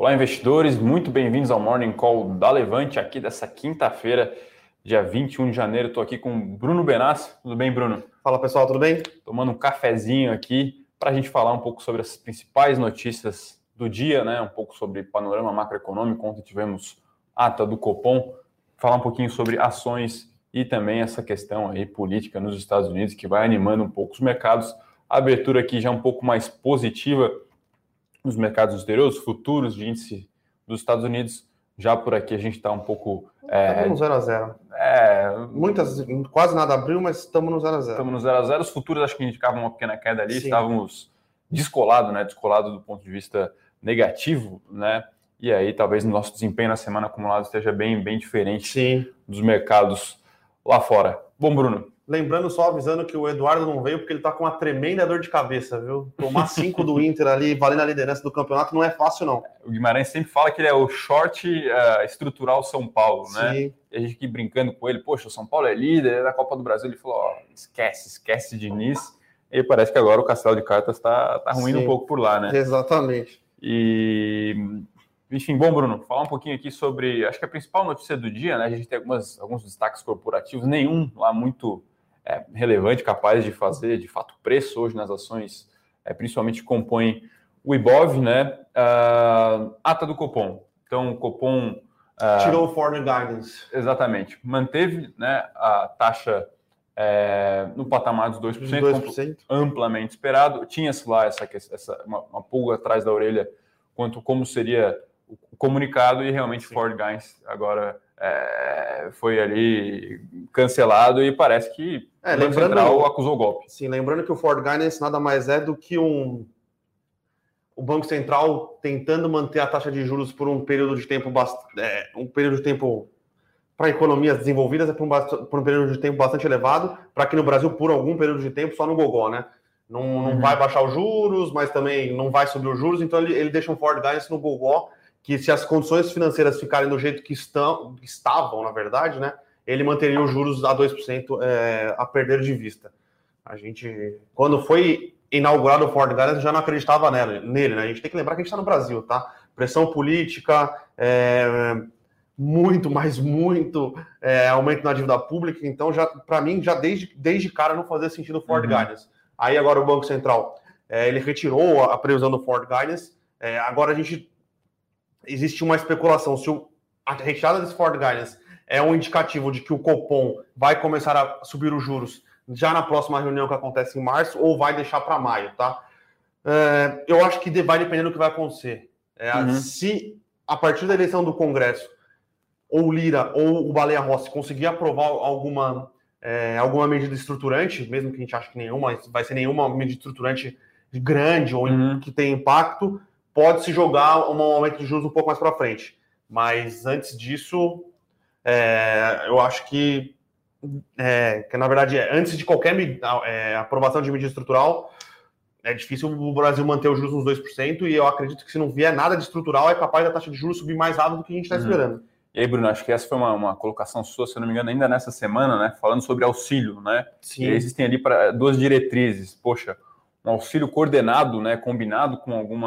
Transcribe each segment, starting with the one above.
Olá, investidores, muito bem-vindos ao Morning Call da Levante, aqui dessa quinta-feira, dia 21 de janeiro. Estou aqui com o Bruno Benassi. Tudo bem, Bruno? Fala, pessoal, tudo bem? Tomando um cafezinho aqui para a gente falar um pouco sobre as principais notícias do dia, né? Um pouco sobre panorama macroeconômico. Ontem tivemos ata do Copom, falar um pouquinho sobre ações e também essa questão aí política nos Estados Unidos, que vai animando um pouco os mercados. A abertura aqui já um pouco mais positiva nos mercados exteriores, futuros de índice dos Estados Unidos. Já por aqui a gente está um pouco... Estamos no 0x0. Quase nada abriu, mas estamos no 0x0. Estamos no 0x0. Os futuros acho que indicavam uma pequena queda ali. Sim. Estávamos descolados, né? Descolado do ponto de vista negativo, né? E aí talvez o nosso desempenho na semana acumulada esteja bem diferente Sim. dos mercados lá fora. Bom, Bruno. Lembrando, só avisando que o Eduardo não veio porque ele tá com uma tremenda dor de cabeça, viu? Tomar 5 do Inter ali, valendo a liderança do campeonato, não é fácil, não. O Guimarães sempre fala que ele é o short estrutural São Paulo, né? Sim. E a gente aqui brincando com ele, poxa, o São Paulo é líder da Copa do Brasil. Ele falou, ó, esquece Diniz. E parece que agora o Castelo de Cartas tá ruindo um pouco por lá, né? Exatamente. E... Enfim, bom, Bruno, falar um pouquinho aqui sobre, acho que a principal notícia do dia, né? A gente tem alguns destaques corporativos, nenhum lá muito relevante, capaz de fazer, de fato, preço hoje nas ações, principalmente que compõem o Ibov, né? Ata do Copom. Então, o Copom... tirou o Foreign Guidance. Exatamente. Manteve, né, a taxa no patamar dos 2%, amplamente esperado. Tinha-se lá uma pulga atrás da orelha quanto como seria o comunicado, e realmente o Foreign Guidance agora foi ali cancelado e parece que o Banco Central acusou o golpe. Sim, lembrando que o Foreign Guidance nada mais é do que o Banco Central tentando manter a taxa de juros por um período de tempo para economias desenvolvidas por um período de tempo bastante elevado, para que no Brasil, por algum período de tempo, só no gogó, né? Não vai baixar os juros, mas também não vai subir os juros, então ele deixa um Foreign Guidance no gogó, que se as condições financeiras ficarem do jeito que estavam, na verdade, né, ele manteria os juros a 2% a perder de vista. A gente, quando foi inaugurado o Foreign Guidance, já não acreditava nele, né? A gente tem que lembrar que a gente está no Brasil, tá? Pressão política, muito aumento na dívida pública, então, para mim, já desde cara não fazia sentido o Foreign Guidance. Aí agora o Banco Central, ele retirou a previsão do Foreign Guidance, agora existe uma especulação, se a retirada desse Foreign Guidance é um indicativo de que o Copom vai começar a subir os juros já na próxima reunião que acontece em março, ou vai deixar para maio, tá? Eu acho que vai depender do que vai acontecer. Se a partir da eleição do Congresso, ou o Lira ou o Baleia Rossi conseguir aprovar alguma medida estruturante, mesmo que a gente ache que nenhuma, vai ser nenhuma medida estruturante grande ou que tenha impacto, pode se jogar um aumento de juros um pouco mais para frente. Mas antes disso, eu acho que na verdade, antes de qualquer aprovação de medida estrutural, é difícil o Brasil manter os juros nos 2%, e eu acredito que se não vier nada de estrutural, é capaz da taxa de juros subir mais rápido do que a gente está esperando. E aí, Bruno, acho que essa foi uma colocação sua, se eu não me engano, ainda nessa semana, né? Falando sobre auxílio, né? Sim. E existem ali duas diretrizes. Poxa, um auxílio coordenado, né? Combinado com algum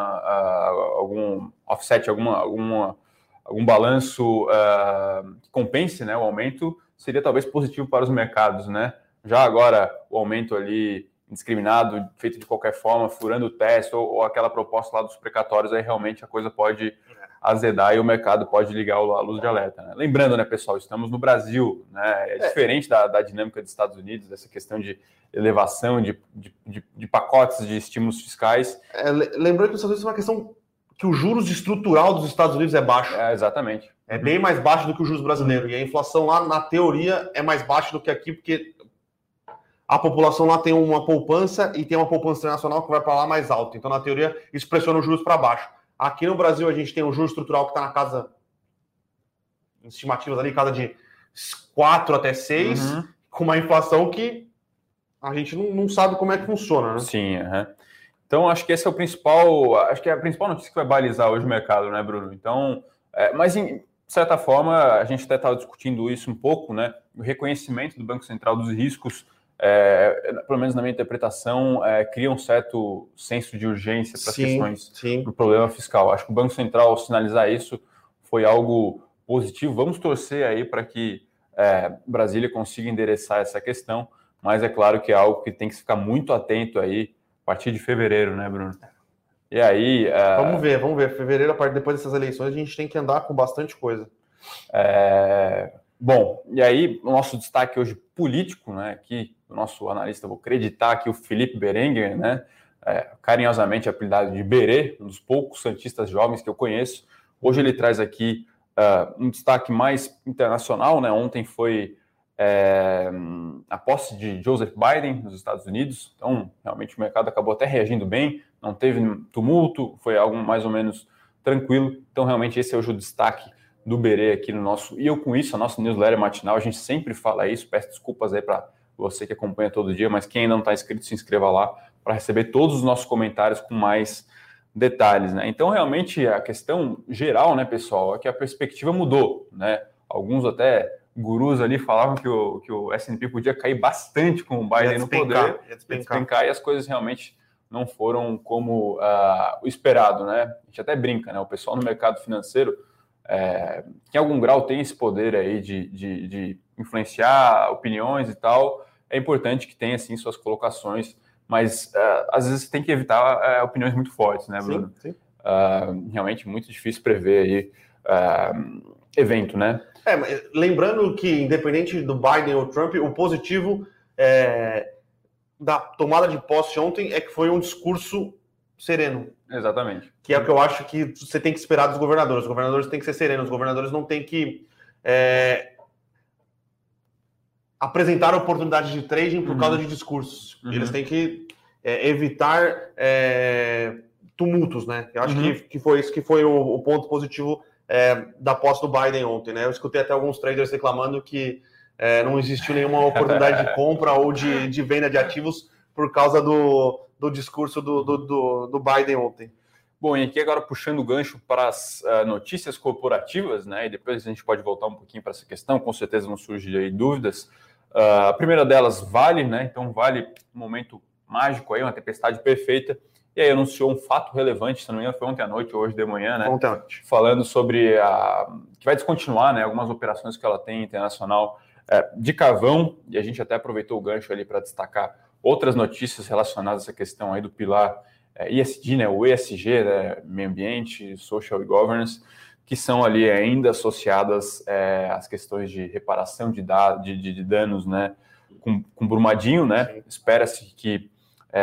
offset, algum balanço que compense, né, o aumento, seria talvez positivo para os mercados, né? Já agora, o aumento ali indiscriminado, feito de qualquer forma, furando o teto, ou aquela proposta lá dos precatórios, aí realmente a coisa pode azedar e o mercado pode ligar a luz de alerta, né? Lembrando, né, pessoal, estamos no Brasil, né? Diferente da dinâmica dos Estados Unidos, dessa questão de elevação de pacotes de estímulos fiscais. Lembrando que os Estados Unidos é uma questão que o juros estrutural dos Estados Unidos é baixo. Exatamente. É bem mais baixo do que o juros brasileiro. E a inflação lá, na teoria, é mais baixa do que aqui, porque a população lá tem uma poupança e tem uma poupança internacional que vai para lá mais alta. Então, na teoria, isso pressiona os juros para baixo. Aqui no Brasil, a gente tem um juro estrutural que está na casa, estimativas ali, casa de 4 até 6, com uma inflação que a gente não sabe como é que funciona, né? Sim, Então, acho que esse é o principal, acho que é a principal notícia que vai balizar hoje o mercado, né, Bruno? Então, mas de certa forma, a gente até estava discutindo isso um pouco, né? O reconhecimento do Banco Central dos riscos pelo menos na minha interpretação, cria um certo senso de urgência para as questões do problema fiscal. Acho que o Banco Central, ao sinalizar isso, foi algo positivo. Vamos torcer aí para que Brasília consiga endereçar essa questão, mas é claro que é algo que tem que ficar muito atento aí a partir de fevereiro, né, Bruno? E aí... Vamos ver. Fevereiro, a partir depois dessas eleições, a gente tem que andar com bastante coisa. Bom, e aí o nosso destaque hoje político, né, aqui o nosso analista, vou acreditar aqui o Felipe Berenguer, né, carinhosamente apelidado de Berê, um dos poucos santistas jovens que eu conheço. Hoje ele traz aqui um destaque mais internacional, né? Ontem foi a posse de Joseph Biden nos Estados Unidos, então realmente o mercado acabou até reagindo bem, não teve tumulto, foi algo mais ou menos tranquilo, então realmente esse é hoje o destaque do Berê aqui no nosso... E eu com isso, a nossa newsletter matinal, a gente sempre fala isso, peço desculpas aí para você que acompanha todo dia, mas quem ainda não está inscrito, se inscreva lá para receber todos os nossos comentários com mais detalhes, né? Então, realmente, a questão geral, né, pessoal, é que a perspectiva mudou, né? Alguns até gurus ali falavam que o S&P podia cair bastante com o Biden no poder, despencar, e as coisas realmente não foram como o esperado, né? A gente até brinca, né? O pessoal no mercado financeiro, que em algum grau tem esse poder aí de influenciar opiniões e tal, é importante que tenha, assim, suas colocações, mas às vezes você tem que evitar opiniões muito fortes, né, Bruno? Sim. Realmente muito difícil prever aí evento, né? Mas lembrando que, independente do Biden ou Trump, o positivo da tomada de posse ontem é que foi um discurso sereno. Exatamente. Que é o que eu acho que você tem que esperar dos governadores. Os governadores têm que ser serenos, os governadores não têm que apresentar oportunidades de trading por causa de discursos. Eles têm que evitar tumultos, né? Eu acho que foi isso que foi o ponto positivo da posse do Biden ontem, né? Eu escutei até alguns traders reclamando que não existiu nenhuma oportunidade de compra ou de venda de ativos por causa do discurso do Biden ontem. Bom, e aqui agora puxando o gancho para as notícias corporativas, né? E depois a gente pode voltar um pouquinho para essa questão, com certeza vão surgir aí dúvidas. A primeira delas, Vale, né? Então, Vale, um momento mágico aí, uma tempestade perfeita. E aí anunciou um fato relevante, se não me engano, foi ontem à noite ou hoje de manhã, né? Ontem à noite. Falando sobre que vai descontinuar, né, algumas operações que ela tem internacional de carvão, e a gente até aproveitou o gancho ali para destacar outras notícias relacionadas a essa questão aí do pilar ESG, né, o ESG, né, Meio Ambiente, Social e Governance, que são ali ainda associadas às questões de reparação de danos, né, com Brumadinho, né? Espera-se que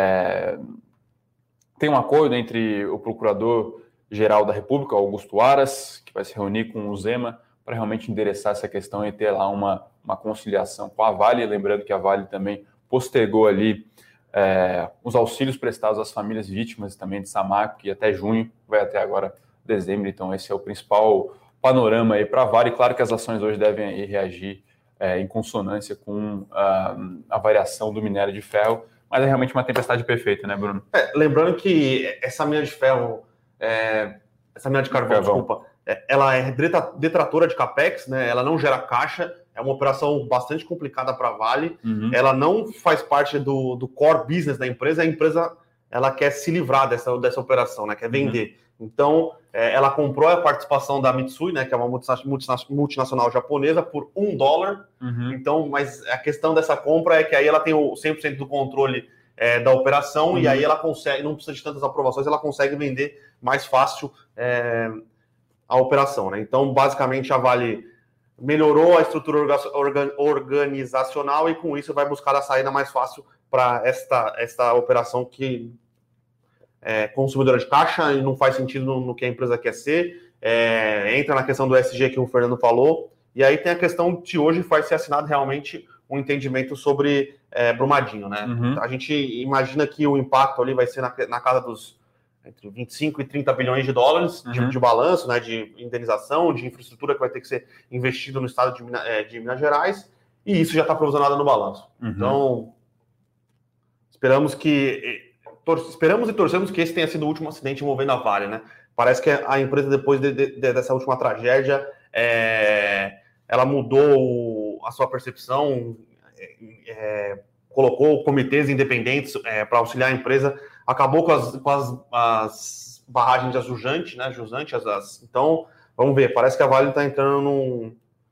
tem um acordo entre o Procurador-Geral da República, Augusto Aras, que vai se reunir com o Zema para realmente endereçar essa questão e ter lá uma conciliação com a Vale. Lembrando que a Vale também postergou ali os auxílios prestados às famílias vítimas também de Samarco, que até junho, vai até agora dezembro. Então esse é o principal panorama aí para a Vale. Claro que as ações hoje devem aí reagir em consonância com a variação do minério de ferro, mas é realmente uma tempestade perfeita, né, Bruno? Lembrando que essa mina de ferro, essa mina de carvão, desculpa, ela é detratora de capex, né? Ela não gera caixa, é uma operação bastante complicada para a Vale. Ela não faz parte do core business da empresa. A empresa ela quer se livrar dessa operação, né? Quer vender. Então, ela comprou a participação da Mitsui, né? Que é uma multinacional japonesa, por $1. Então, mas a questão dessa compra é que aí ela tem o 100% do controle da operação e aí ela consegue, não precisa de tantas aprovações, ela consegue vender mais fácil a operação, né? Então, basicamente, a Vale melhorou a estrutura organizacional e com isso vai buscar a saída mais fácil para esta operação que é consumidora de caixa e não faz sentido no que a empresa quer ser. Entra na questão do ESG que o Fernando falou, e aí tem a questão de hoje vai ser assinado realmente um entendimento sobre Brumadinho, né? A gente imagina que o impacto ali vai ser na casa dos entre 25 e 30 bilhões de dólares de balanço, né, de indenização, de infraestrutura que vai ter que ser investido no estado de Minas Gerais, e isso já está provisionado no balanço. Então, esperamos e torcemos que esse tenha sido o último acidente envolvendo a Vale, né? Parece que a empresa, depois dessa última tragédia, ela mudou a sua percepção colocou comitês independentes para auxiliar a empresa, acabou com as barragens de jusante, né? Então, vamos ver, parece que a Vale está entrando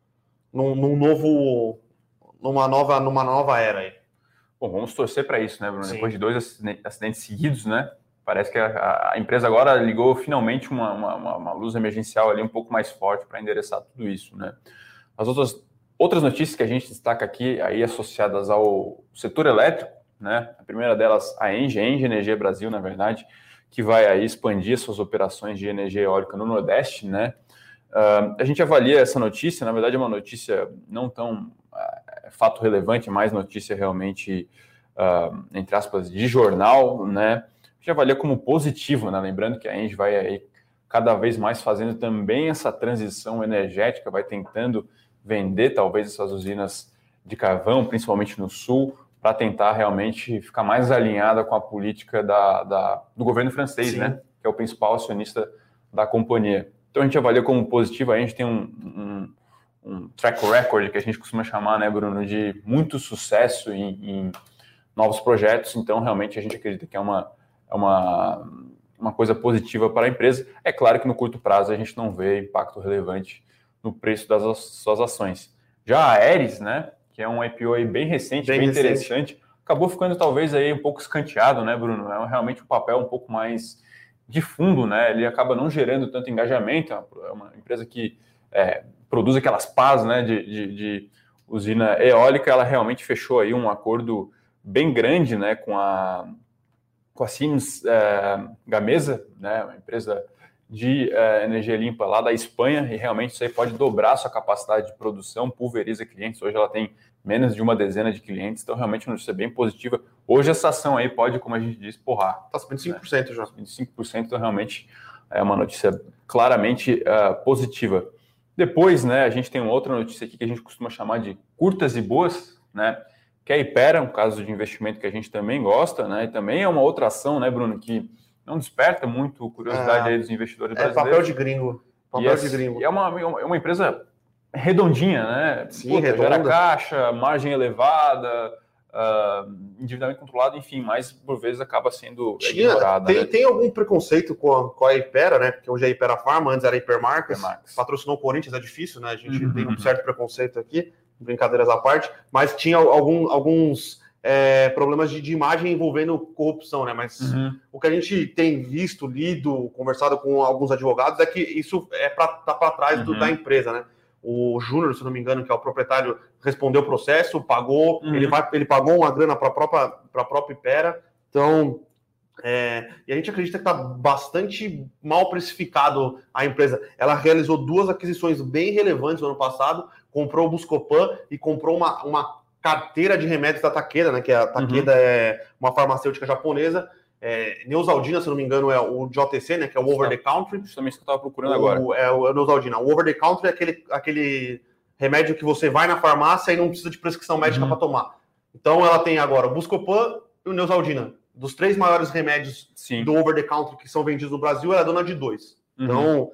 numa nova era aí. Bom, vamos torcer para isso, né, Bruno? Sim. Depois de 2 acidentes seguidos, né? Parece que a empresa agora ligou finalmente uma luz emergencial ali um pouco mais forte para endereçar tudo isso, né? As outras notícias que a gente destaca aqui, aí associadas ao setor elétrico, né? A primeira delas, a Engie Energia Brasil, na verdade, que vai aí expandir suas operações de energia eólica no Nordeste, né? A gente avalia essa notícia, na verdade é uma notícia não tão fato relevante, mais notícia realmente, entre aspas, de jornal, né? A gente avalia como positivo, né? Lembrando que a Engie vai aí cada vez mais fazendo também essa transição energética, vai tentando vender talvez essas usinas de carvão, principalmente no Sul, para tentar realmente ficar mais alinhada com a política do governo francês, Sim. né? Que é o principal acionista da companhia. Então a gente avalia como positivo, a gente tem um track record, que a gente costuma chamar, né, Bruno, de muito sucesso em novos projetos, então realmente a gente acredita que é uma coisa positiva para a empresa. É claro que no curto prazo a gente não vê impacto relevante no preço das suas ações. Já a Aeris, né, que é um IPO aí bem recente, bem interessante, acabou ficando talvez aí um pouco escanteado, né, Bruno? É realmente um papel um pouco mais de fundo, né? Ele acaba não gerando tanto engajamento, é uma empresa que produz aquelas pás, né, de usina eólica. Ela realmente fechou aí um acordo bem grande, né, com a Siemens Gamesa, né, uma empresa de energia limpa lá da Espanha, e realmente isso aí pode dobrar a sua capacidade de produção, pulveriza clientes. Hoje ela tem menos de uma dezena de clientes, então realmente uma notícia bem positiva. Hoje essa ação aí pode, como a gente diz, porrar. Está subindo 5%, né? Já. 25%, então realmente é uma notícia claramente positiva. Depois, né, a gente tem uma outra notícia aqui que a gente costuma chamar de curtas e boas, né, que é a Hypera, um caso de investimento que a gente também gosta, né, e também é uma outra ação, né, Bruno, que não desperta muito curiosidade aí dos investidores brasileiros. Papel de gringo. E é uma empresa redondinha, né? Sim, redonda. Gera caixa, margem elevada, endividamento controlado, enfim, mas por vezes acaba sendo ignorada. Tem algum preconceito com a Hypera, né? Porque hoje é a Hypera Pharma, antes era a Hypermarcas. Patrocinou o Corinthians, é difícil, né? A gente tem um certo preconceito aqui, brincadeiras à parte, mas tinha alguns problemas de imagem envolvendo corrupção, né? Mas o que a gente tem visto, lido, conversado com alguns advogados é que isso tá para trás da empresa, né? O Júnior, se não me engano, que é o proprietário, respondeu o processo, pagou, ele pagou uma grana para a própria Hypera. Então, e a gente acredita que está bastante mal precificado a empresa. Ela realizou 2 aquisições bem relevantes no ano passado, comprou o Buscopan e comprou uma carteira de remédios da Takeda, né? Que a Takeda é uma farmacêutica japonesa. Neosaldina, se não me engano, é o JTC, né? Que é o Over the Counter. Justamente isso que eu estava procurando agora. É o Neosaldina. O Over the Counter é aquele remédio que você vai na farmácia e não precisa de prescrição médica para tomar. Então ela tem agora o Buscopan e o Neosaldina. Dos 3 maiores remédios do Over the Counter que são vendidos no Brasil, ela é dona de 2. Então,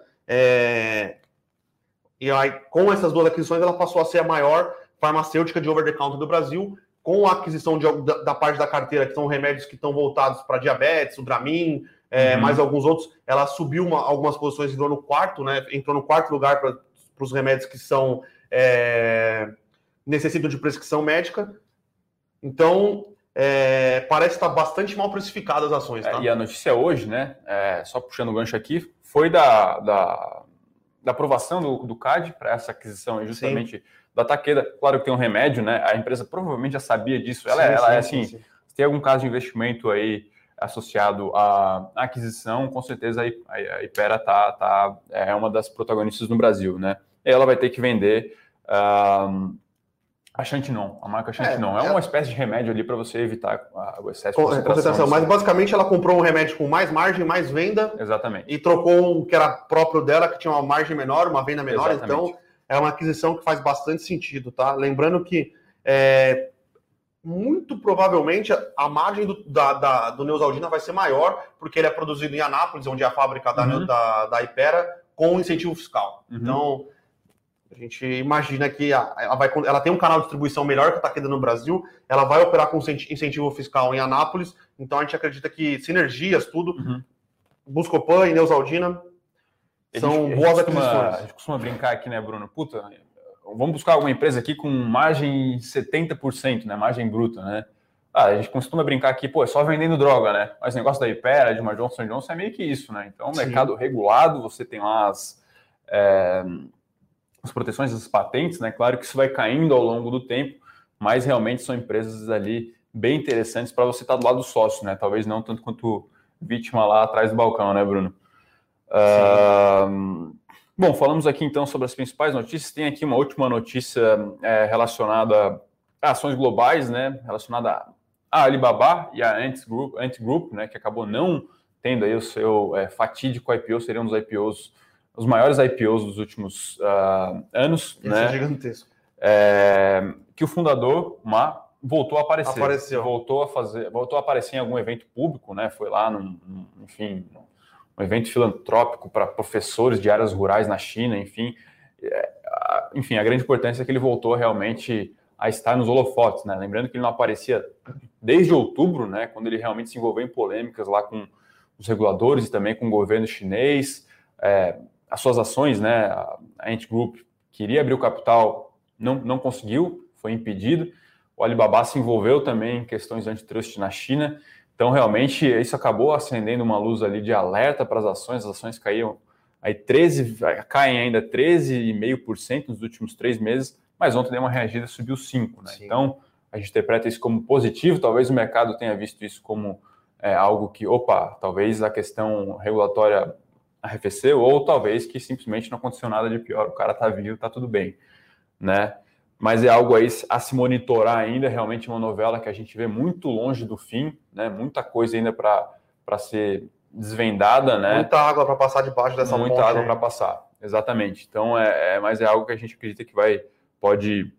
e aí, com essas 2 aquisições, ela passou a ser a maior farmacêutica de over the counter do Brasil, com a aquisição da parte da carteira, que são remédios que estão voltados para diabetes, o Dramin, mais alguns outros. Ela subiu algumas posições, entrou no 4º, né? Entrou no 4º lugar para os remédios que são necessitam de prescrição médica. Então, parece estar bastante mal precificado as ações. Tá? E a notícia hoje, né? Só puxando o gancho aqui, foi da aprovação do CAD para essa aquisição, justamente da Takeda. Claro que tem um remédio, né? A empresa provavelmente já sabia disso. Se tem algum caso de investimento aí associado à aquisição, com certeza a Hypera é uma das protagonistas no Brasil, né? E ela vai ter que vender a Xantinon, a marca Xantinon. É uma espécie de remédio ali para você evitar o excesso de concentração. Mas basicamente ela comprou um remédio com mais margem, mais venda. Exatamente. E trocou um que era próprio dela, que tinha uma margem menor, uma venda menor. Exatamente. Então é uma aquisição que faz bastante sentido, tá? Lembrando que muito provavelmente a margem do Neosaldina vai ser maior, porque ele é produzido em Anápolis, onde é a fábrica da Hypera, com incentivo fiscal. Então, gente imagina que ela tem um canal de distribuição melhor que a Takeda no Brasil, ela vai operar com incentivo fiscal em Anápolis, então a gente acredita que sinergias, tudo, Buscopan e Neosaldina são boas aquisições. A gente costuma brincar aqui, né, Bruno? Puta, vamos buscar alguma empresa aqui com margem 70%, né? Margem bruta, né? A gente costuma brincar aqui, pô, é só vendendo droga, né? Mas o negócio da Hypera, de uma Johnson & Johnson é meio que isso, né? Então, mercado regulado, você tem lá as proteções das patentes, né? Claro que isso vai caindo ao longo do tempo, mas realmente são empresas ali bem interessantes para você estar do lado do sócio, né? Talvez não tanto quanto vítima lá atrás do balcão, né, Bruno? Bom, falamos aqui então sobre as principais notícias. Tem aqui uma última notícia relacionada a ações globais, né? Relacionada a Alibaba e a Ant Group, né? Que acabou não tendo aí o seu fatídico IPO, seriam os maiores IPOs dos últimos anos. Esse né? É gigantesco. Que o fundador, Ma, voltou a aparecer. Apareceu. Voltou a aparecer em algum evento público, né? Foi lá, enfim, um evento filantrópico para professores de áreas rurais na China, enfim. Enfim, a grande importância é que ele voltou realmente a estar nos holofotes, né? Lembrando que ele não aparecia desde outubro, né? Quando ele realmente se envolveu em polêmicas lá com os reguladores e também com o governo chinês. As suas ações, né? A Ant Group queria abrir o capital, não conseguiu, foi impedido. O Alibaba se envolveu também em questões de antitrust na China. Então, realmente, isso acabou acendendo uma luz ali de alerta para as ações caíam aí caem ainda 13,5% nos últimos 3 meses, mas ontem deu uma reagida, subiu 5%. Né? Então, a gente interpreta isso como positivo, talvez o mercado tenha visto isso como algo que, talvez a questão regulatória arrefeceu, ou talvez que simplesmente não aconteceu nada de pior, o cara está vivo, está tudo bem, né? Mas é algo aí a se monitorar ainda, realmente uma novela que a gente vê muito longe do fim, né? Muita coisa ainda para ser desvendada, né? Muita água para passar debaixo dessa ponte. Muita água para passar, exatamente. Então, mas é algo que a gente acredita que pode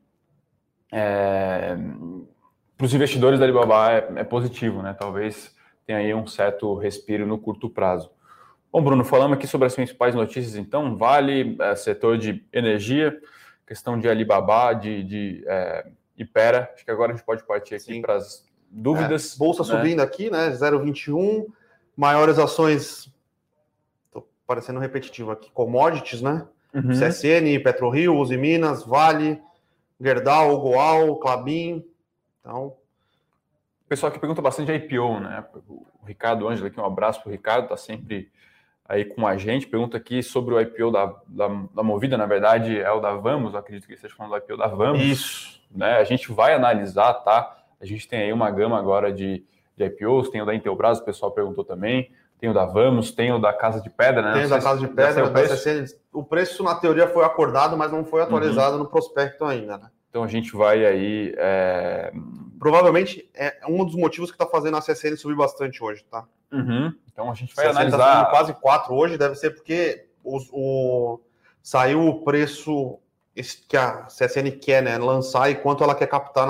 para os investidores da Alibaba é positivo, né? Talvez tenha aí um certo respiro no curto prazo. Bom, Bruno, falamos aqui sobre as principais notícias, então, Vale, setor de energia, questão de Alibaba, de Hypera. Acho que agora a gente pode partir aqui para as dúvidas. Bolsa subindo aqui, né? 0,21. Maiores ações, estou parecendo repetitivo aqui, commodities, né? CSN, PetroRio, Uzi Minas, Vale, Gerdau, Goal, Klabin. Então, o pessoal que pergunta bastante de IPO, né? O Ricardo Ângelo aqui, um abraço para o Ricardo, está sempre aí com a gente, pergunta aqui sobre o IPO da Movida, na verdade é o da Vamos, eu acredito que ele esteja falando do IPO da Vamos. Isso. Né? A gente vai analisar, tá? A gente tem aí uma gama agora de IPOs, tem o da Intelbras, o pessoal perguntou também, tem o da Vamos, tem o da Casa de Pedra, né? Tem o da Casa de Pedra, da CSN. O preço, na teoria, foi acordado, mas não foi atualizado no prospecto ainda, né? Então a gente vai aí... Provavelmente é um dos motivos que está fazendo a CSN subir bastante hoje, tá? Então a gente vai analisar. Tá quase 4 hoje, deve ser porque saiu o preço que a CSN quer, né, lançar e quanto ela quer captar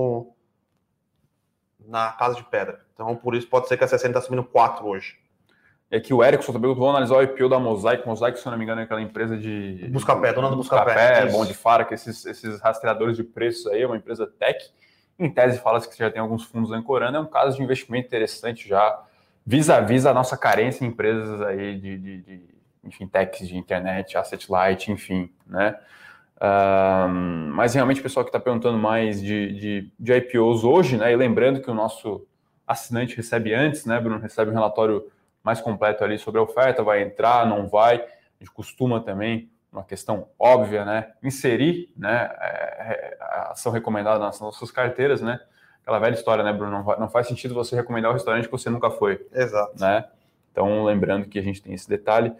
na Casa de Pedra. Então por isso pode ser que a CSN está subindo 4 hoje. E aqui o Erickson também vou analisar o IPO da Mosaic. Mosaic, se eu não me engano, é aquela empresa de... Buscapé, dona do Buscapé. Bom de Fara, que esses rastreadores de preços aí, é uma empresa tech. Em tese, fala-se que já tem alguns fundos ancorando. É um caso de investimento interessante já, vis-a-vis a nossa carência em empresas aí enfim, techs de internet, asset light, enfim, né? Mas realmente o pessoal que está perguntando mais de IPOs hoje, né? E lembrando que o nosso assinante recebe antes, né, Bruno? Recebe um relatório mais completo ali sobre a oferta, vai entrar, não vai. A gente costuma também, uma questão óbvia, né, inserir, né, a ação recomendada nas nossas carteiras, né? Aquela velha história, né, Bruno? Não faz sentido você recomendar o restaurante que você nunca foi. Exato. Né? Então, lembrando que a gente tem esse detalhe.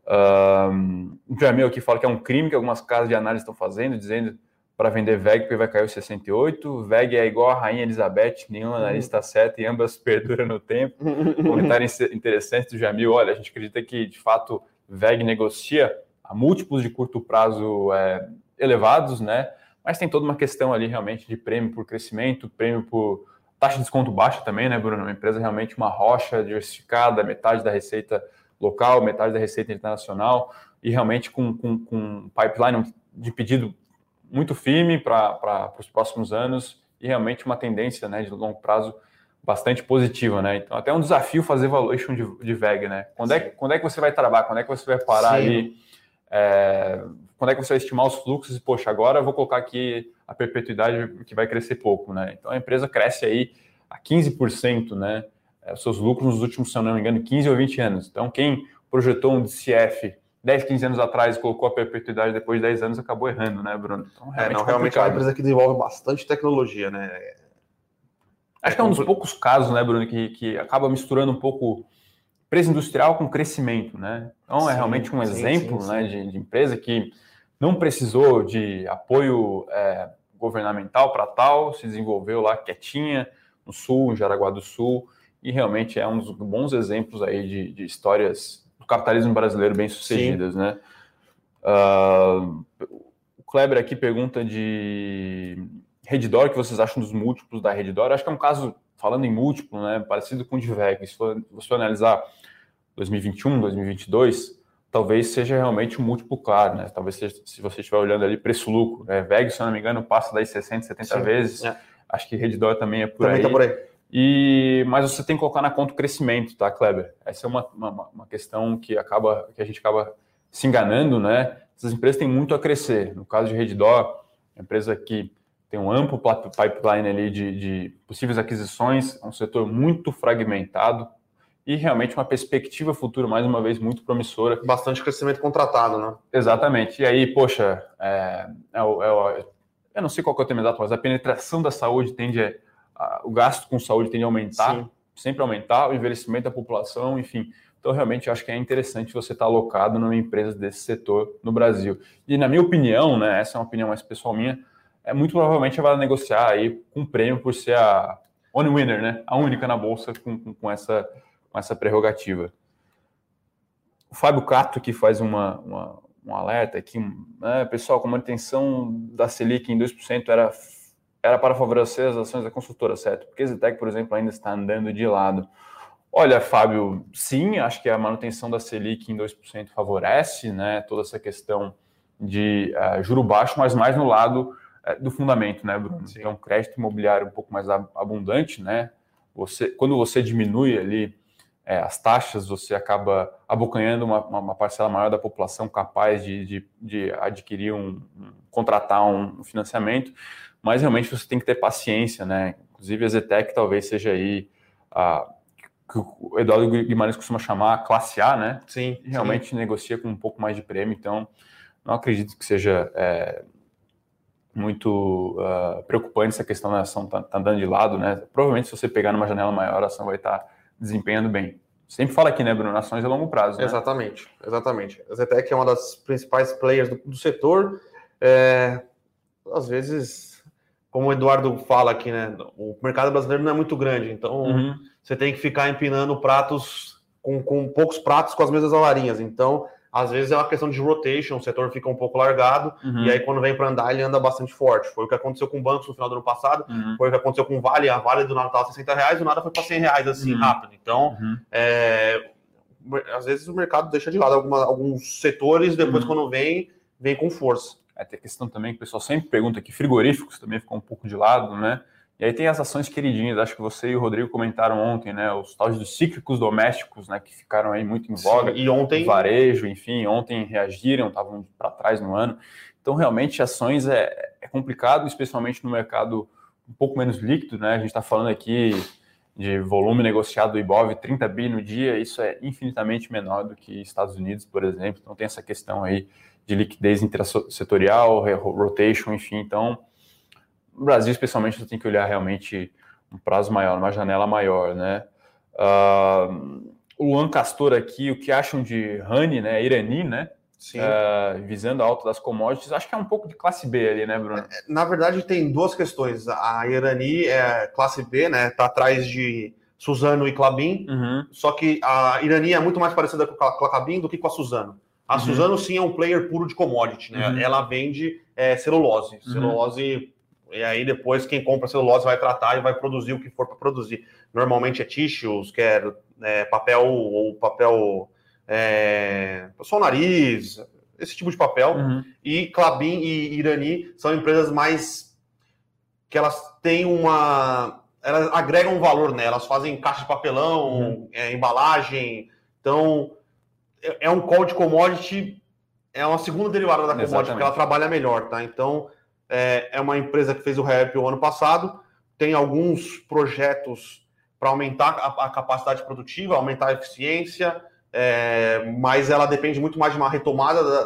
O Jamil aqui fala que é um crime que algumas casas de análise estão fazendo, dizendo para vender VEG porque vai cair os 68. VEG é igual a Rainha Elizabeth, nenhum analista está certo e ambas perduram no tempo. Comentário interessante do Jamil. Olha, a gente acredita que, de fato, VEG negocia a múltiplos de curto prazo elevados, né? Mas tem toda uma questão ali realmente de prêmio por crescimento, prêmio por taxa de desconto baixa também, né, Bruno? Uma empresa realmente uma rocha diversificada, metade da receita local, metade da receita internacional e realmente com pipeline de pedido muito firme para os próximos anos e realmente uma tendência, né, de longo prazo bastante positiva, né? Então, até um desafio fazer valuation de VEG, né? Quando é que você vai trabalhar? Quando é que você vai parar ali? Quando é que você vai estimar os fluxos? E, poxa, agora eu vou colocar aqui a perpetuidade que vai crescer pouco, né? Então, a empresa cresce aí a 15%, né? Os seus lucros nos últimos, se eu não me engano, 15 ou 20 anos. Então, quem projetou um DCF 10, 15 anos atrás e colocou a perpetuidade depois de 10 anos acabou errando, né, Bruno? Então, realmente é uma empresa que desenvolve bastante tecnologia, né? Acho que é um dos poucos casos, né, Bruno, que acaba misturando um pouco empresa industrial com crescimento, né? Então, é realmente um exemplo, né, de empresa que não precisou de apoio governamental para tal, se desenvolveu lá quietinha, no Sul, em Jaraguá do Sul, e realmente é um dos bons exemplos aí de histórias do capitalismo brasileiro bem-sucedidas, né? O Kleber aqui pergunta de Redditor, o que vocês acham dos múltiplos da Redditor? Acho que é um caso, falando em múltiplo, né, parecido com o de VEG. Se você analisar 2021, 2022, talvez seja realmente um múltiplo claro, né? Talvez se você estiver olhando ali preço-lucro, né? VEG, se eu não me engano, passa daí 60, 70 vezes. Acho que Redditor também é por aí. Também tá por aí. Mas você tem que colocar na conta o crescimento, tá, Kleber? Essa é uma questão que a gente acaba se enganando, né? Essas empresas têm muito a crescer. No caso de Redditor, a empresa que tem um amplo pipeline ali de possíveis aquisições, é um setor muito fragmentado e realmente uma perspectiva futura, mais uma vez, muito promissora. Bastante crescimento contratado, né? Exatamente. E aí, poxa, eu não sei qual que é o termo exato, mas a penetração da saúde o gasto com saúde tende a aumentar, sempre aumentar, o envelhecimento da população, enfim. Então, realmente, eu acho que é interessante você estar alocado numa empresa desse setor no Brasil. E, na minha opinião, né, essa é uma opinião mais pessoal minha, muito provavelmente vai negociar aí com um prêmio por ser a only winner, né, a única na bolsa com essa prerrogativa. O Fábio Cato que faz um alerta aqui, né, pessoal, com a manutenção da Selic em 2% era para favorecer as ações da consultora, certo? Porque a Zetec, por exemplo, ainda está andando de lado. Olha, Fábio, sim, acho que a manutenção da Selic em 2% favorece, né, toda essa questão de juro baixo, mas mais no lado do fundamento, né, Bruno? Sim. Então, crédito imobiliário um pouco mais abundante, né? Quando você diminui ali as taxas, você acaba abocanhando uma parcela maior da população capaz de adquirir contratar um financiamento, mas realmente você tem que ter paciência, né? Inclusive a Zetec talvez seja aí que o Eduardo Guimarães costuma chamar a classe A, né? Sim. Realmente negocia com um pouco mais de prêmio, então não acredito que seja muito preocupante essa questão da ação tá andando de lado, né? Provavelmente se você pegar numa janela maior, a ação vai estar desempenhando bem. Sempre fala aqui, né, Bruno? Ações a longo prazo, né? Exatamente. A Zetec é uma das principais players do setor. Às vezes, como o Eduardo fala aqui, né? O mercado brasileiro não é muito grande, então você tem que ficar empinando pratos com poucos pratos com as mesmas varinhas. Então, às vezes é uma questão de rotation, o setor fica um pouco largado, e aí quando vem para andar, ele anda bastante forte. Foi o que aconteceu com o Bancos no final do ano passado, foi o que aconteceu com o Vale, a Vale do nada estava R$60, do nada foi para R$100, assim, rápido. Então, às vezes o mercado deixa de lado alguns setores, depois quando vem com força. Tem a questão também que o pessoal sempre pergunta aqui, frigoríficos também ficam um pouco de lado, né? E aí tem as ações queridinhas, acho que você e o Rodrigo comentaram ontem, né? Os tais dos cíclicos domésticos, né? Que ficaram aí muito em voga. Sim, e ontem... Varejo, enfim, ontem reagiram, estavam para trás no ano. Então, realmente, ações é complicado, especialmente no mercado um pouco menos líquido, né? A gente está falando aqui de volume negociado do Ibov, 30 bi no dia, isso é infinitamente menor do que Estados Unidos, por exemplo. Então, tem essa questão aí de liquidez intrasetorial, rotation, enfim. Então, no Brasil, especialmente, você tem que olhar realmente um prazo maior, uma janela maior, né? O Luan Castor aqui, o que acham de Honey, né? Irani, né? Sim. Visando a alta das commodities, acho que é um pouco de classe B ali, né, Bruno? Na verdade, tem duas questões. A Irani é classe B, né? Tá atrás de Suzano e Klabin, só que a Irani é muito mais parecida com a Klabin do que com a Suzano. A Suzano, sim, é um player puro de commodity, né? Ela vende celulose. Celulose... E aí depois quem compra celulose vai tratar e vai produzir o que for para produzir. Normalmente é tissues, que é papel ou papel para o nariz, esse tipo de papel. E Klabin e Irani são empresas mais que elas têm elas agregam valor, né? Elas fazem caixa de papelão, embalagem. Então, é um call de commodity, é uma segunda derivada da commodity, porque ela trabalha melhor, tá? Então, é uma empresa que fez o REP o ano passado, tem alguns projetos para aumentar a capacidade produtiva, aumentar a eficiência, mas ela depende muito mais de uma retomada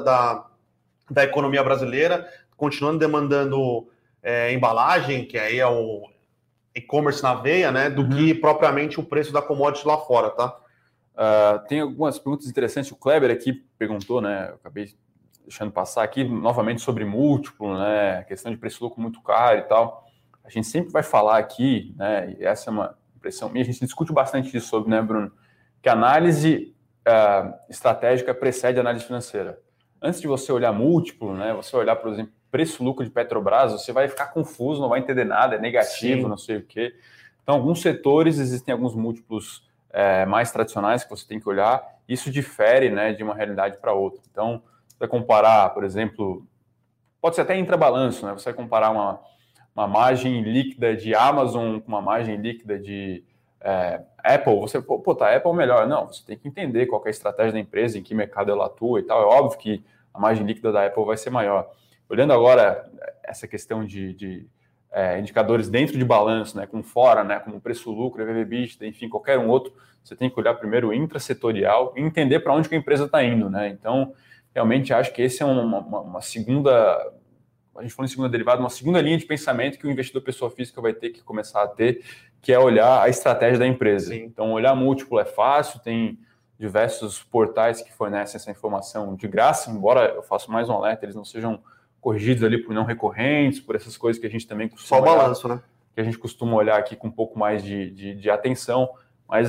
da economia brasileira, continuando demandando embalagem, que aí é o e-commerce na veia, né, do que propriamente o preço da commodity lá fora, tá? Tem algumas perguntas interessantes. O Kleber aqui perguntou, né? Eu acabei deixando passar aqui novamente sobre múltiplo, né? Questão de preço-lucro muito caro e tal. A gente sempre vai falar aqui, né? E essa é uma impressão minha. A gente discute bastante isso sobre, né, Bruno? Que a análise estratégica precede a análise financeira. Antes de você olhar múltiplo, né? Você olhar, por exemplo, preço-lucro de Petrobras, você vai ficar confuso, não vai entender nada, é negativo, não sei o quê. Então, alguns setores existem alguns múltiplos mais tradicionais que você tem que olhar, isso difere, né, de uma realidade para outra. Então, você vai comparar, por exemplo, pode ser até intrabalanço, né? Você vai comparar uma margem líquida de Amazon com uma margem líquida de Apple, você, tá, Apple melhor. Não, você tem que entender qual que é a estratégia da empresa, em que mercado ela atua e tal. É óbvio que a margem líquida da Apple vai ser maior. Olhando agora essa questão de indicadores dentro de balanço, né, como fora, né, como preço-lucro, EV/EBITDA, enfim, qualquer um outro, você tem que olhar primeiro o intrasetorial e entender para onde que a empresa está indo, né? Então, realmente acho que esse é uma segunda, a gente falou em segunda derivada, uma segunda linha de pensamento que o investidor pessoa física vai ter que começar a ter, que é olhar a estratégia da empresa. Sim. Então, olhar múltiplo é fácil, tem diversos portais que fornecem essa informação de graça, embora eu faça mais um alerta, eles não sejam corrigidos ali por não recorrentes, por essas coisas que a gente também costuma olhar. Só o balanço, né? Que a gente costuma olhar aqui com um pouco mais de atenção, mas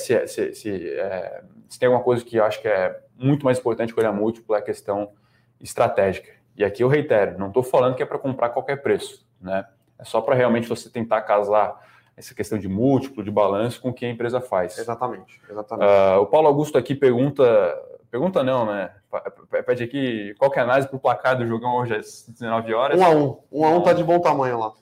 se tem alguma coisa que eu acho que é muito mais importante que olhar múltiplo é a questão estratégica. E aqui eu reitero, não estou falando que é para comprar qualquer preço, né? É só para realmente você tentar casar essa questão de múltiplo, de balanço com o que a empresa faz. Exatamente. O Paulo Augusto aqui pergunta não, né? Pede aqui qual que é a análise para o placar do jogão hoje às 19 horas. 1-1. 1-1 tá de bom tamanho lá.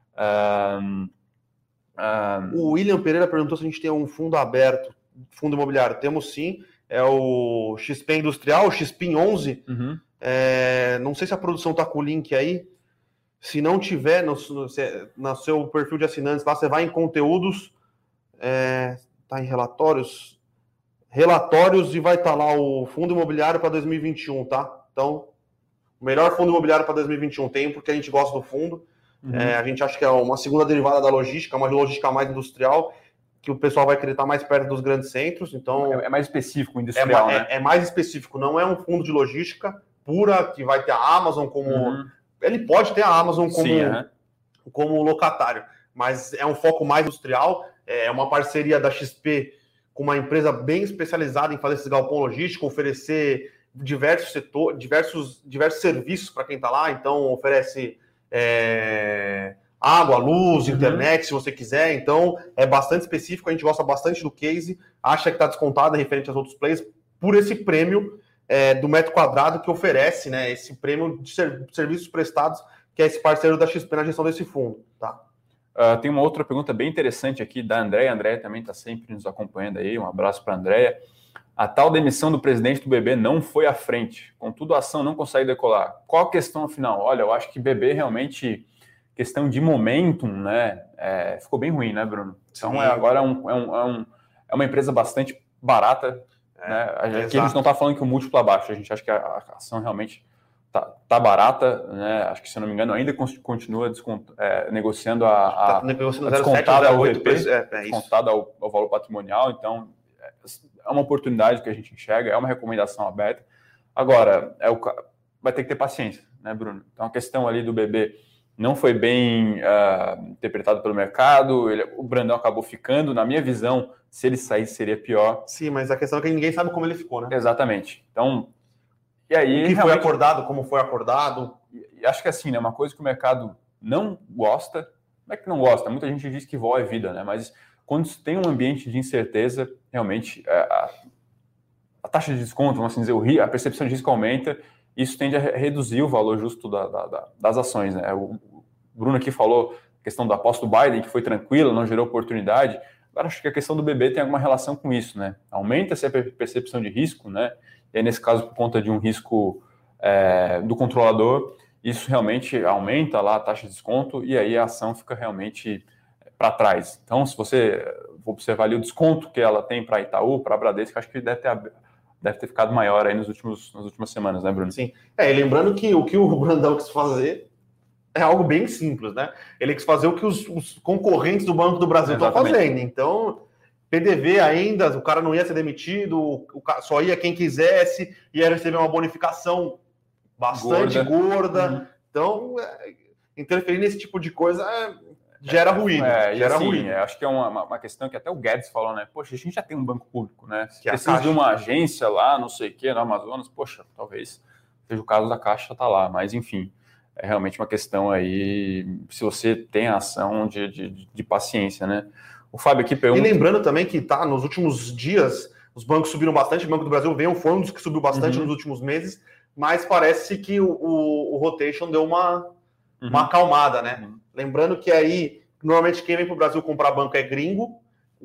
O William Pereira perguntou se a gente tem um fundo aberto, fundo imobiliário. Temos sim, é o XP Industrial, o XP 11. Não sei se a produção tá com o link aí. Se não tiver, no seu perfil de assinantes lá, você vai em conteúdos, tá em relatórios e vai estar lá o fundo imobiliário para 2021, tá? Então, o melhor fundo imobiliário para 2021 tem, porque a gente gosta do fundo. A gente acha que é uma segunda derivada da logística, uma logística mais industrial, que o pessoal vai querer estar mais perto dos grandes centros. Então, é mais específico, industrial, né? É mais específico, não é um fundo de logística pura, que vai ter a Amazon como... Ele pode ter a Amazon como locatário, mas é um foco mais industrial, é uma parceria da XP com uma empresa bem especializada em fazer esse galpão logístico, oferecer diversos setores, diversos serviços para quem está lá. Então, oferece água, luz, internet, se você quiser. Então, é bastante específico, a gente gosta bastante do case, acha que está descontado referente aos outros players por esse prêmio do metro quadrado que oferece, né, esse prêmio de serviços prestados, que é esse parceiro da XP na gestão desse fundo, tá? Tem uma outra pergunta bem interessante aqui da Andréia. A Andréia também está sempre nos acompanhando aí. Um abraço para a Andréia. A tal demissão do presidente do BB não foi à frente. Contudo, a ação não consegue decolar. Qual a questão afinal? Olha, eu acho que BB realmente, questão de momentum, né? Ficou bem ruim, né, Bruno? Então, agora é uma empresa bastante barata. Né? Aqui a gente não está falando que o múltiplo abaixo. A gente acha que a ação realmente tá barata, né? Acho que, se eu não me engano, ainda continua negociando a descontada ao VP, descontada ao valor patrimonial. Então, é uma oportunidade que a gente enxerga, é uma recomendação aberta. Agora, vai ter que ter paciência, né, Bruno? Então, a questão ali do BB não foi bem interpretado pelo mercado, o Brandão acabou ficando. Na minha visão, se ele saísse, seria pior. Sim, mas a questão é que ninguém sabe como ele ficou, né? Exatamente. Então, e aí, o que foi acordado, como foi acordado. E acho que assim, né, uma coisa que o mercado não gosta, não é que não gosta, muita gente diz que vol é vida, né? Mas quando tem um ambiente de incerteza, realmente a taxa de desconto, vamos assim dizer, a percepção de risco aumenta isso tende a reduzir o valor justo das ações, né? O Bruno aqui falou a questão da aposta do Biden, que foi tranquila, não gerou oportunidade. Agora, acho que a questão do BB tem alguma relação com isso, né? Aumenta-se a percepção de risco, né? E aí, nesse caso, por conta de um risco do controlador, isso realmente aumenta lá a taxa de desconto e aí a ação fica realmente para trás. Então, se você observar ali o desconto que ela tem para Itaú, para a Bradesco, acho que deve ter ficado maior aí nas últimas semanas, né, Bruno? Sim. E lembrando que o que o Brandão quis fazer é algo bem simples, né? Ele quis fazer o que os concorrentes do Banco do Brasil estão fazendo. Então, PDV ainda, o cara não ia ser demitido, só ia quem quisesse, ia receber uma bonificação bastante gorda. Uhum. Então, interferir nesse tipo de coisa gera ruído. Gera ruído. Acho que é uma questão que até o Guedes falou, né? Poxa, a gente já tem um banco público, né? Se precisa de uma agência lá, não sei o quê, no Amazonas, poxa, talvez seja o caso da Caixa tá lá, mas enfim, é realmente uma questão aí, se você tem a ação de paciência, né? O Fábio aqui pergunta... E lembrando também que nos últimos dias, os bancos subiram bastante, o Banco do Brasil foi um dos que subiu bastante nos últimos meses, mas parece que o rotation deu uma acalmada, né? Lembrando que aí, normalmente quem vem para o Brasil comprar banco é gringo,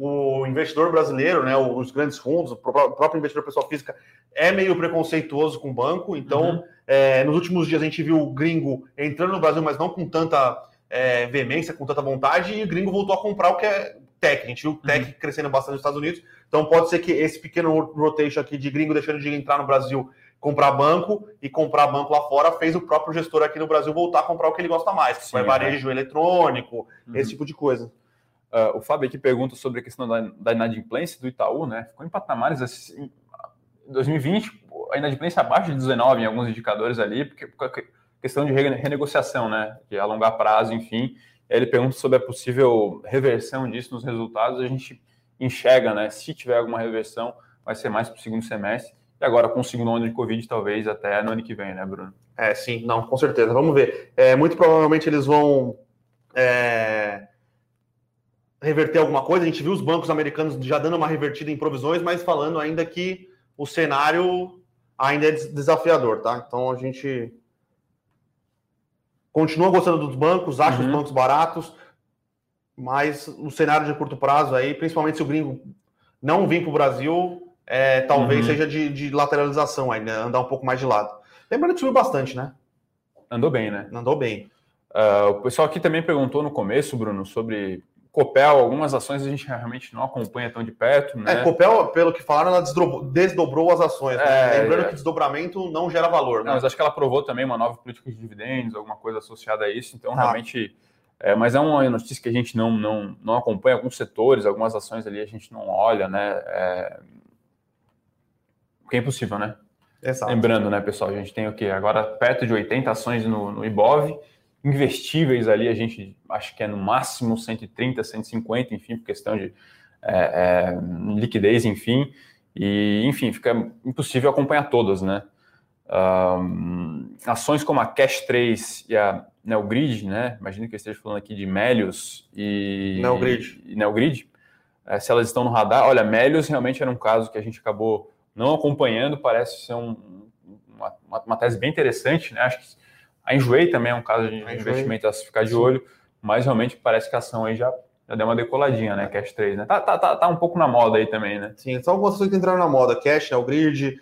o investidor brasileiro, né, os grandes fundos, o próprio investidor pessoa física é meio preconceituoso com o banco, então nos últimos dias a gente viu o gringo entrando no Brasil, mas não com tanta veemência, com tanta vontade, e o gringo voltou a comprar o que é tech. A gente viu o tech crescendo bastante nos Estados Unidos, então pode ser que esse pequeno rotation aqui de gringo deixando de entrar no Brasil, comprar banco e comprar banco lá fora, fez o próprio gestor aqui no Brasil voltar a comprar o que ele gosta mais, que é varejo eletrônico, esse tipo de coisa. O Fábio aqui pergunta sobre a questão da inadimplência do Itaú, né? Ficou em patamares assim, em 2020, a inadimplência abaixo de 19 em alguns indicadores ali, porque questão de renegociação, né? De alongar prazo, enfim. Aí ele pergunta sobre a possível reversão disso nos resultados. A gente enxerga, né? Se tiver alguma reversão, vai ser mais para o segundo semestre. E agora, com o segundo ano de Covid, talvez até no ano que vem, né, Bruno? Sim, não, com certeza. Vamos ver. Muito provavelmente eles vão reverter alguma coisa. A gente viu os bancos americanos já dando uma revertida em provisões, mas falando ainda que o cenário ainda é desafiador, tá? Então, a gente continua gostando dos bancos, acha os bancos baratos, mas o cenário de curto prazo aí, principalmente se o gringo não vir para o Brasil... talvez seja de lateralização ainda, andar um pouco mais de lado. Lembrando que subiu bastante, né? Andou bem, né? Andou bem. O pessoal aqui também perguntou no começo, Bruno, sobre Copel. Algumas ações a gente realmente não acompanha tão de perto, né? Copel, pelo que falaram, ela desdobrou as ações. Né? Lembrando que desdobramento não gera valor, né? Não, mas acho que ela aprovou também uma nova política de dividendos, alguma coisa associada a isso. Então, realmente... mas é uma notícia que a gente não acompanha. Alguns setores, algumas ações ali a gente não olha, né? Que é impossível, né? Exato. Lembrando, né, pessoal, a gente tem o quê? Agora perto de 80 ações no Ibov, investíveis ali, a gente acho que é no máximo 130, 150, enfim, por questão de liquidez, enfim, e, enfim, fica impossível acompanhar todas, né? Ações como a Cash 3 e a Neogrid, né? Imagino que eu esteja falando aqui de Melius e Neogrid. Se elas estão no radar, olha, Melius realmente era um caso que a gente acabou não acompanhando, parece ser uma tese bem interessante, né? Acho que a Enjoei também é um caso de investimento a se ficar de olho, mas realmente parece que a ação aí já deu uma decoladinha, né? Cash 3, né? Tá um pouco na moda aí também, né? Sim, são algumas ações que entraram na moda. Cash, Neogrid,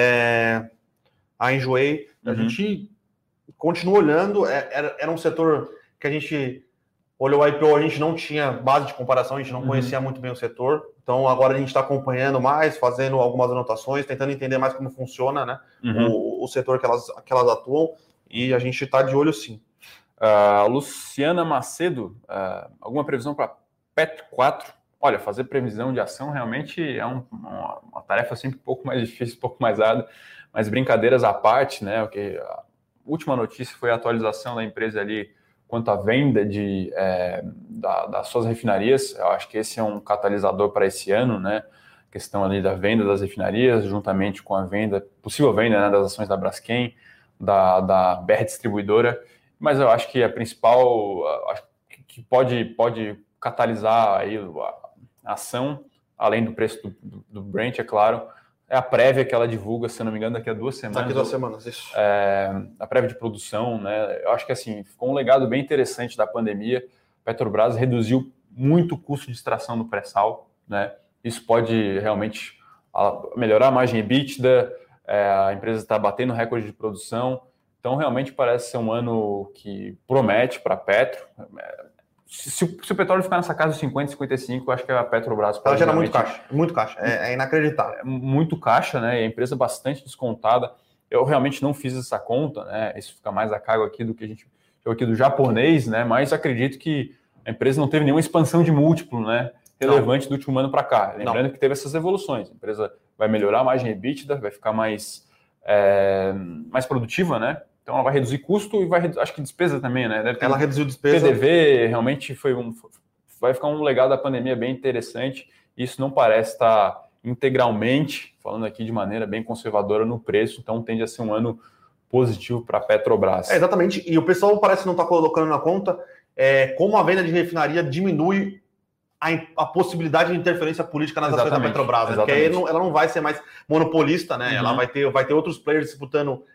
a Enjoei. A gente continua olhando, era um setor que a gente olhou o IPO, a gente não tinha base de comparação, a gente não conhecia muito bem o setor. Então, agora a gente está acompanhando mais, fazendo algumas anotações, tentando entender mais como funciona, né, o setor que elas atuam, e a gente está de olho sim. Luciana Macedo, alguma previsão para PET 4? Olha, fazer previsão de ação realmente é uma tarefa sempre um pouco mais difícil, um pouco mais árdua, mas brincadeiras à parte, né, porque a última notícia foi a atualização da empresa ali quanto à venda das suas refinarias. Eu acho que esse é um catalisador para esse ano, né? A questão ali da venda das refinarias, juntamente com a possível venda, né, das ações da Braskem, da BR Distribuidora. Mas eu acho que a principal, acho que pode catalisar aí a ação, além do preço do Brent, é claro, É a prévia que ela divulga, se não me engano, daqui a 2 semanas. Daqui a 2 semanas, isso. A prévia de produção, né? Eu acho que assim, ficou um legado bem interessante da pandemia. A Petrobras reduziu muito o custo de extração do pré-sal, né? Isso pode realmente melhorar a margem EBITDA, a empresa está batendo recorde de produção. Então, realmente parece ser um ano que promete para a Petro. Se o petróleo ficar nessa casa dos 50, 55, eu acho que a Petrobras pode... Ela gera muito caixa. É inacreditável. Muito caixa, né? E a empresa bastante descontada. Eu realmente não fiz essa conta, né? Isso fica mais a cargo aqui do que a gente aqui do japonês, né? Mas acredito que a empresa não teve nenhuma expansão de múltiplo, né? Relevante do último ano para cá. Lembrando que teve essas evoluções. A empresa vai melhorar a margem EBITDA, vai ficar mais produtiva, né? Então ela vai reduzir custo e acho que despesa também, né? Ela reduziu despesa. PDV realmente vai ficar um legado da pandemia bem interessante. Isso não parece estar integralmente, falando aqui de maneira bem conservadora no preço, então tende a ser um ano positivo para a Petrobras. Exatamente, e o pessoal parece não estar colocando na conta como a venda de refinaria diminui a possibilidade de interferência política nas ações da Petrobras, né? Porque aí ela não vai ser mais monopolista, né? Uhum. Ela vai ter outros players disputando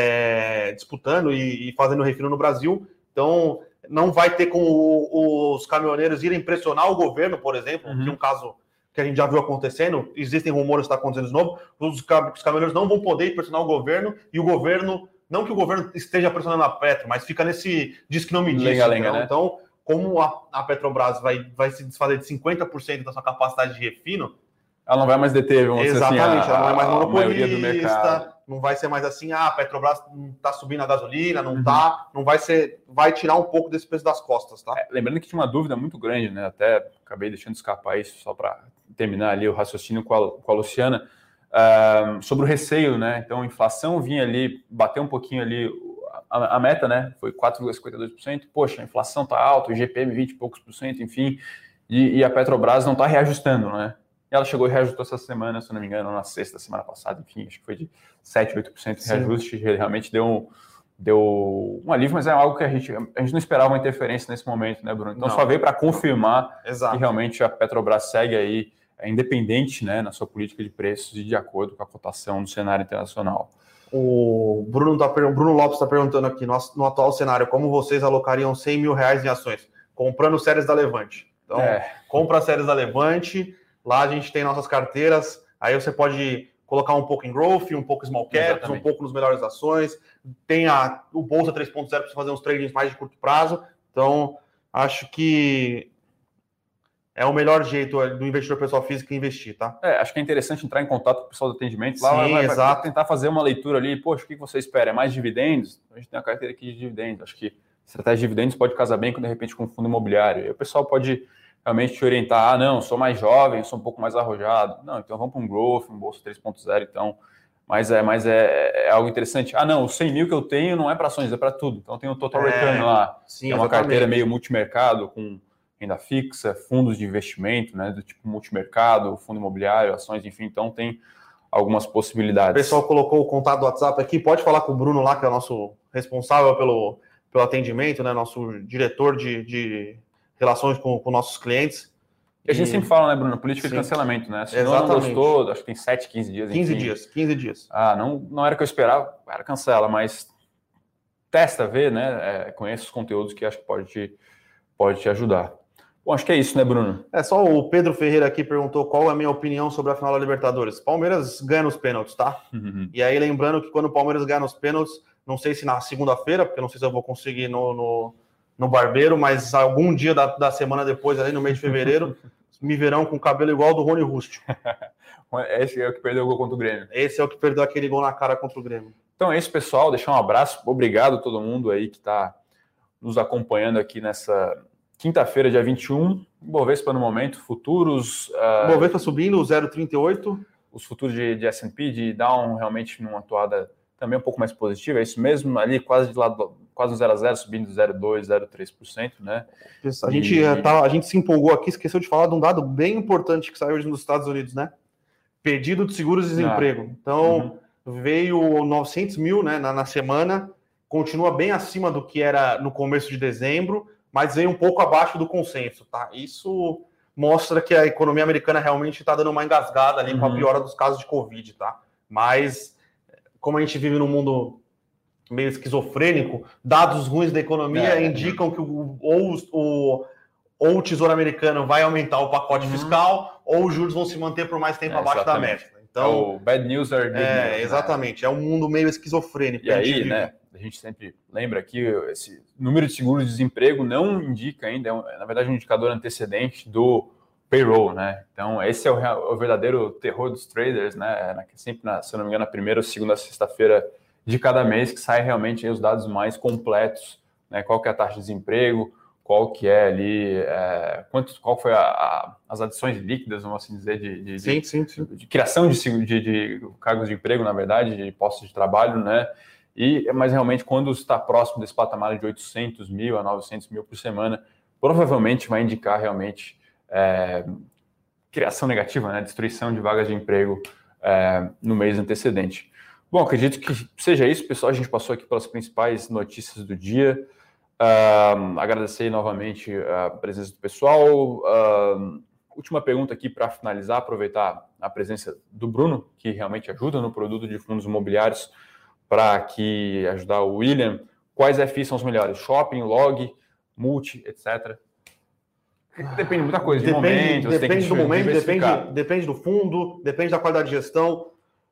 e fazendo refino no Brasil, então não vai ter como os caminhoneiros irem pressionar o governo, por exemplo, que é um caso que a gente já viu acontecendo, existem rumores que está acontecendo de novo, os caminhoneiros não vão poder pressionar o governo, e o governo, não que o governo esteja pressionando a Petro, mas fica nesse diz que não me disse, né? Então, como a Petrobras vai se desfazer de 50% da sua capacidade de refino, ela não vai mais deter, vamos dizer assim, ela não é mais monopolista, do mercado. Não vai ser mais assim, a Petrobras não está subindo a gasolina, não vai ser, vai tirar um pouco desse peso das costas, tá? Lembrando que tinha uma dúvida muito grande, né? Até acabei deixando escapar isso só para terminar ali o raciocínio com a Luciana, sobre o receio, né? Então a inflação vinha ali, bateu um pouquinho ali, a meta, né? Foi 4,52%. Poxa, a inflação está alta, o GPM 20 e poucos por cento, enfim, e a Petrobras não está reajustando, né? Ela chegou e reajustou essa semana, se não me engano, na sexta, semana passada, enfim, acho que foi de 7, 8% de reajuste, realmente deu um alívio, mas é algo que a gente não esperava uma interferência nesse momento, né, Bruno? Então só veio para confirmar que realmente a Petrobras segue aí independente, né, na sua política de preços e de acordo com a cotação no cenário internacional. O Bruno Lopes está perguntando aqui, no atual cenário, como vocês alocariam R$100 mil em ações? Comprando séries da Levante. Então, compra as séries da Levante. Lá a gente tem nossas carteiras, aí você pode colocar um pouco em growth, um pouco small caps, um pouco nos melhores ações. Tem o Bolsa 3.0 para você fazer uns tradings mais de curto prazo. Então, acho que é o melhor jeito do investidor pessoal físico investir, tá? Acho que é interessante entrar em contato com o pessoal do atendimento. Lá vai tentar fazer uma leitura ali. Poxa, o que você espera? É mais dividendos? A gente tem uma carteira aqui de dividendos. Acho que estratégia de dividendos pode casar bem, de repente, com fundo imobiliário. E o pessoal pode realmente te orientar, não, sou mais jovem, sou um pouco mais arrojado. Não, então vamos para um growth, um Bolsa 3.0, então. Mas é algo interessante. Não, os 100 mil que eu tenho não é para ações, é para tudo. Então tem o Total Return lá, sim, é uma carteira meio multimercado, com renda fixa, fundos de investimento, né, do tipo multimercado, fundo imobiliário, ações, enfim. Então tem algumas possibilidades. O pessoal colocou o contato do WhatsApp aqui, pode falar com o Bruno lá, que é o nosso responsável pelo atendimento, né, nosso diretor de relações com nossos clientes. E a gente sempre fala, né, Bruno, política de cancelamento, né? Se não gostou, acho que tem 7, 15 dias. 15 dias. Não era o que eu esperava, era cancela, mas testa, vê, né? Conhece os conteúdos que acho que pode te ajudar. Bom, acho que é isso, né, Bruno? Só o Pedro Ferreira aqui perguntou qual é a minha opinião sobre a final da Libertadores. Palmeiras ganha nos pênaltis, tá? E aí, lembrando que quando o Palmeiras ganha nos pênaltis, não sei se na segunda-feira, porque não sei se eu vou conseguir no barbeiro, mas algum dia da semana depois, ali no mês de fevereiro, me verão com o cabelo igual ao do Rony Rústico. Esse é o que perdeu o gol contra o Grêmio. Esse é o que perdeu aquele gol na cara contra o Grêmio. Então é isso, pessoal. Deixar um abraço. Obrigado a todo mundo aí que está nos acompanhando aqui nessa quinta-feira, dia 21. Bovespa no momento, futuros... Bovespa subindo, 0,38. Os futuros de S&P, de Dow, realmente numa atuada também um pouco mais positiva. É isso mesmo, ali quase no 0,0, subindo 0,2%, 0,3%, né? A gente se empolgou aqui, esqueceu de falar de um dado bem importante que saiu hoje nos Estados Unidos, né? Pedido de seguro-desemprego. Então, veio 900 mil, né, na semana, continua bem acima do que era no começo de dezembro, mas veio um pouco abaixo do consenso, tá? Isso mostra que a economia americana realmente está dando uma engasgada ali com a piora dos casos de Covid, tá? Mas, como a gente vive num mundo meio esquizofrênico, dados ruins da economia indicam que ou o Tesouro Americano vai aumentar o pacote fiscal, ou os juros vão se manter por mais tempo abaixo da meta. Então, o bad news are good news. Exatamente. Né? É um mundo meio esquizofrênico. E aí, né, a gente sempre lembra que esse número de seguro-desemprego não indica ainda, na verdade, um indicador antecedente do payroll, né? Então, esse é o verdadeiro terror dos traders, né? Sempre, se eu não me engano, na primeira ou segunda sexta-feira de cada mês que saem realmente os dados mais completos, né? Qual que é a taxa de desemprego, qual que é ali, qual foi as adições líquidas, vamos assim dizer, de criação de cargos de emprego, na verdade, de postos de trabalho, né? Mas realmente, quando está próximo desse patamar de 800 mil a 900 mil por semana, provavelmente vai indicar realmente criação negativa, né? Destruição de vagas de emprego no mês antecedente. Bom, acredito que seja isso, pessoal. A gente passou aqui pelas principais notícias do dia. Agradecer novamente a presença do pessoal. Última pergunta aqui para finalizar, aproveitar a presença do Bruno, que realmente ajuda no produto de fundos imobiliários, para aqui ajudar o William. Quais FIs são os melhores? Shopping, log, multi, etc. Depende de muita coisa, depende do momento, depende do fundo, depende da qualidade de gestão.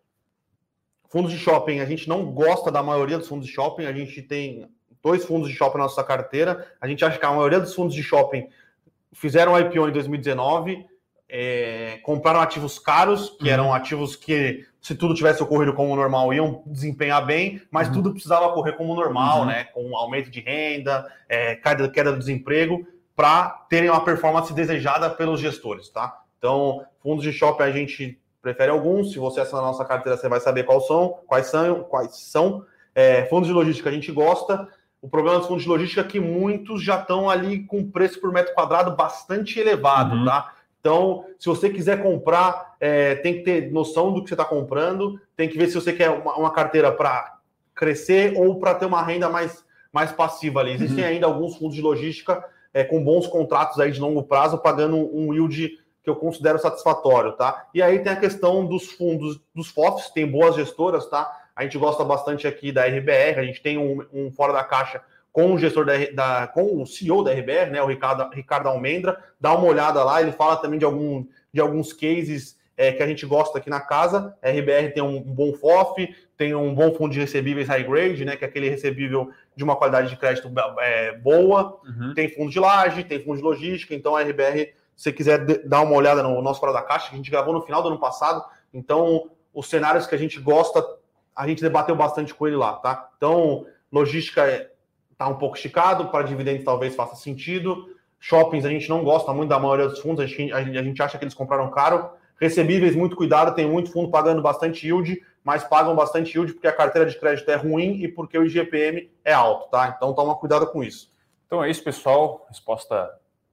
Fundos de shopping, a gente não gosta da maioria dos fundos de shopping, a gente tem 2 fundos de shopping na nossa carteira, a gente acha que a maioria dos fundos de shopping fizeram IPO em 2019, compraram ativos caros, que eram ativos que, se tudo tivesse ocorrido como normal, iam desempenhar bem, mas tudo precisava ocorrer como normal, né? Com aumento de renda, queda do desemprego, para terem uma performance desejada pelos gestores, tá? Então, fundos de shopping a gente prefere alguns, se você assinar a nossa carteira, você vai saber quais são. Fundos de logística a gente gosta. O problema dos fundos de logística é que muitos já estão ali com preço por metro quadrado bastante elevado, tá? Então, se você quiser comprar, tem que ter noção do que você está comprando, tem que ver se você quer uma carteira para crescer ou para ter uma renda mais passiva ali. Existem ainda alguns fundos de logística com bons contratos aí de longo prazo, pagando um yield que eu considero satisfatório, tá? E aí tem a questão dos fundos, dos FOFs, tem boas gestoras, tá? A gente gosta bastante aqui da RBR, a gente tem um fora da caixa com o gestor com o CEO da RBR, né, o Ricardo Almendra, dá uma olhada lá, ele fala também de alguns cases que a gente gosta aqui na casa. A RBR tem um bom FOF, tem um bom fundo de recebíveis high grade, né, que é aquele recebível de uma qualidade de crédito boa, tem fundo de laje, tem fundo de logística, então a RBR, se você quiser dar uma olhada no nosso fora da caixa, que a gente gravou no final do ano passado, então os cenários que a gente gosta, a gente debateu bastante com ele lá, tá? Então, logística está um pouco esticado, para dividendos talvez faça sentido. Shoppings a gente não gosta muito da maioria dos fundos, a gente acha que eles compraram caro. Recebíveis, muito cuidado, tem muito fundo pagando bastante yield, mas pagam bastante yield porque a carteira de crédito é ruim e porque o IGPM é alto, tá? Então toma cuidado com isso. Então é isso, pessoal. Resposta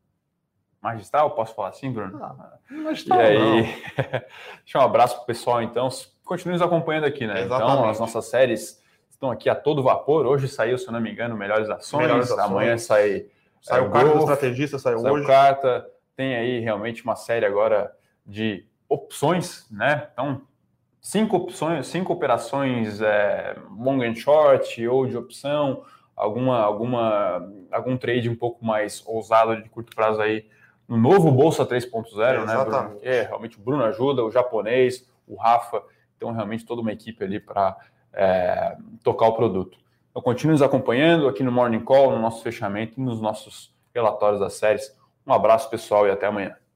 magistral, posso falar assim, Bruno? Magistral, e aí, deixa um abraço pro pessoal, então. Continue nos acompanhando aqui, né? Exatamente. Então, as nossas séries estão aqui a todo vapor. Hoje saiu, se eu não me engano, Melhores Ações. Amanhã sai o Carta do Estrategista, saiu hoje. Carta. Tem aí realmente uma série agora de opções, né? Então, 5 opções, 5 operações long and short ou de opção, algum trade um pouco mais ousado de curto prazo aí no novo Bolsa 3.0, né, Bruno? Realmente o Bruno ajuda, o japonês, o Rafa, então realmente toda uma equipe ali para tocar o produto. Então continue nos acompanhando aqui no Morning Call, no nosso fechamento e nos nossos relatórios das séries. Um abraço, pessoal, e até amanhã.